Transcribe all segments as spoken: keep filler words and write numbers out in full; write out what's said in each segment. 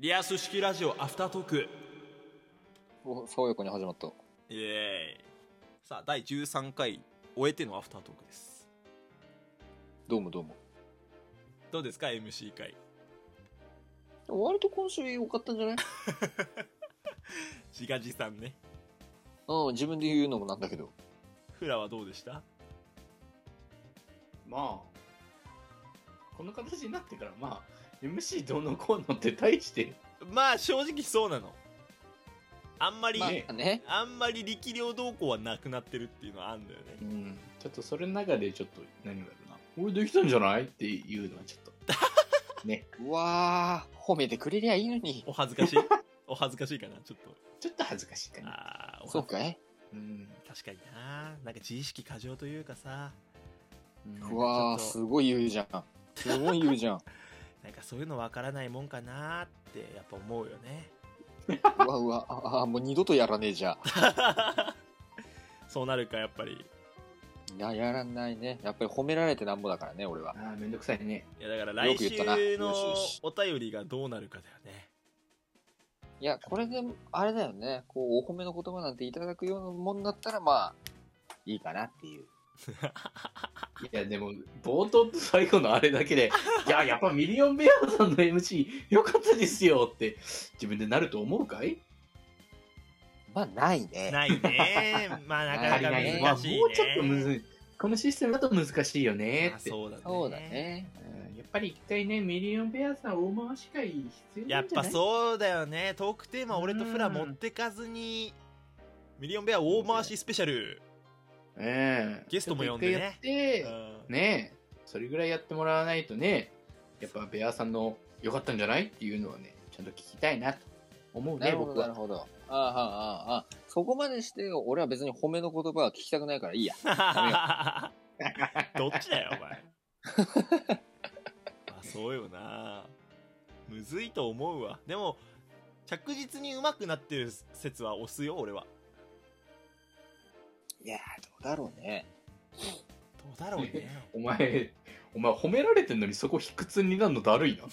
リアス式ラジオアフタートーク。 お、爽やかに始まった。 イエーイ。さあだいじゅうさんかい終えてのアフタートークです。 どうもどうも。 どうですか エムシー 会。 割と今週良かったんじゃない？ 自画自賛ね。 うん、自分で言うのもなんだけど。 フラはどうでした？ まあこの形になってからまあ エムシー どうのこうのって大してまあ正直そうなの。あんまり、 まあね。 あんまり力量動向はなくなってるっていうのはあるんだよね。 うんちょっとそれの中でちょっと何だろうな俺できたんじゃないっていうのはちょっとねうわー、褒めてくれりゃいいのに。 お恥ずかしいお恥ずかしいかなちょっと。 ちょっと恥ずかしいかな。 あーおそうかい？ うん確かにな。なんか自意識過剰というかさ、 うわー、すごい言うじゃん。すごい言うじゃん。 なんかそういうの分からないもんかなってやっぱ思うよね。 うわうわ、ああ、もう二度とやらねえじゃん。 そうなるかやっぱり。 いや、やらないね。やっぱり褒められてなんぼだからね、俺は。 ああめんどくさいね。 いやだから来週よく言ったなのよしよしお便りがどうなるかだよね。 いや、これで、あれだよね。こう、お褒めの言葉なんていただくようなもんだったら、まあ、いいかなっていう。 いやでも冒頭と最後のあれだけでいややっぱミリオンベアさんの エムシー 良かったですよって自分でなると思うかい？ まあ、ないね。 ないね。まあなかなか難しいね。 まあもうちょっとむずいこのシステムだと難しいよねって。 まあそうだね。 そうだね。 うんやっぱり一回ねミリオンベアさん大回し会必要やっぱなんじゃない？ そうだよね。トークテーマ俺とフラ持ってかずにミリオンベア大回しスペシャル、 ええゲストも呼んでねちょっと一回やってうんねえそれぐらいやってもらわないとねやっぱベアさんの良かったんじゃないっていうのはねちゃんと聞きたいなと思うねなるほど、 僕は。 なるほど。ああ、ああ、ああ。そこまでして、俺は別に褒めの言葉は聞きたくないからいいや。 どっちだよお前。まあそうよな。むずいと思うわ。でも着実に上手くなってる説は押すよ俺は。 いやー、どうだろうね。 どうだろうね。 お前お前褒められてんのにそこ卑屈になるのだるいな。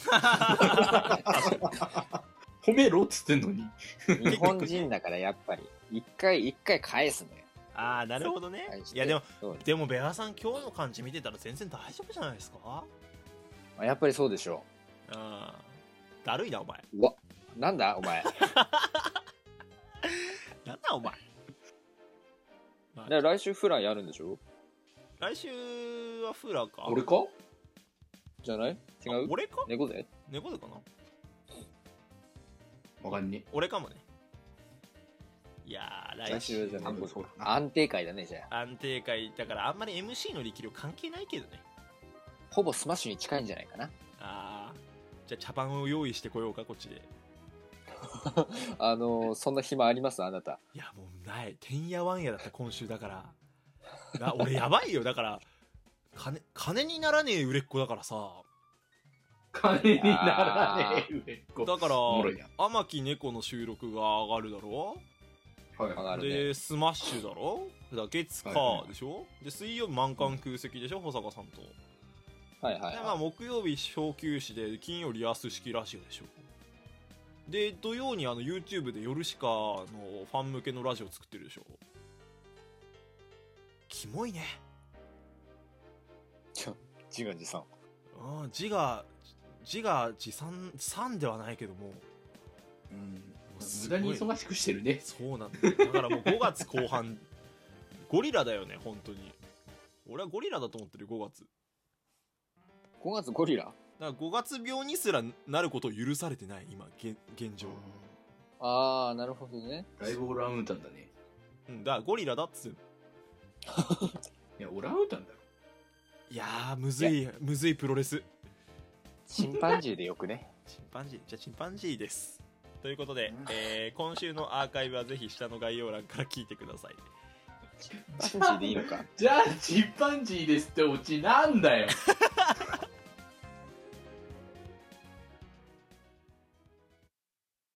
褒めろっつってんのに。 日本人だからやっぱり、一回一回返すのよ。 ああなるほどね返していやでもそうでもベアさん今日の感じ見てたら全然大丈夫じゃないですか。 あやっぱりそうでしょああだるいなお前。 う。うわ、なんだお前。 なんだお前。まあで来週フランやるんでしょ？ 来週はフラか。 俺か？ じゃない？違う？ あ俺か猫背？ 猫でかな。 わかんね俺かもね。いやー来来週週じゃない多分そうだな。 安定会だね、じゃあ。 安定会だからあんまり エムシー の力量関係ないけどね。 ほぼスマッシュに近いんじゃないかな。 ああじゃあ茶番を用意してこようかこっちで。 あのー、そんな暇ありますあなた。 いやもうないてんやわんやだった今週だからな。俺やばいよだから金金にならねえ売れっ子だからさ。 金にならねえ売れっ子。 だからおもろいな天木猫の収録が上がるだろ。 はい上がるね。 でスマッシュだろ。だから月火はいはいでしょ。で水曜日満館空席でしょ保坂さんと。 はいはい、 でまあ木曜日小休止で金曜リアス式ラジオでしょ。で土曜にあの YouTube で夜しかのファン向けのラジオ作ってるでしょ。キモいね。 ちょ、自画自賛。 うん自我自我自賛賛ではないけどもうんすごい無駄に忙しくしてるね。 そうなんだよ。だからもうごがつこう半ゴリラだよね本当に。俺はゴリラだと思ってるごがつ。 ごがつゴリラ？ だからごがつ病にすらなることを許されてない今現現状。 あー、なるほどね。 だいぶオランウータンだね。 うんだからゴリラだっつうの。 いやオランウータンだろ。 いやーむずいむずいプロレス。 チンパンジーでよくね。 チンパンジーじゃあチンパンジーです。ということで、えー今週のアーカイブはぜひ下の概要欄から聞いてください。 チンパンジーでいいのか。 じゃあチンパンジーですってオチなんだよ。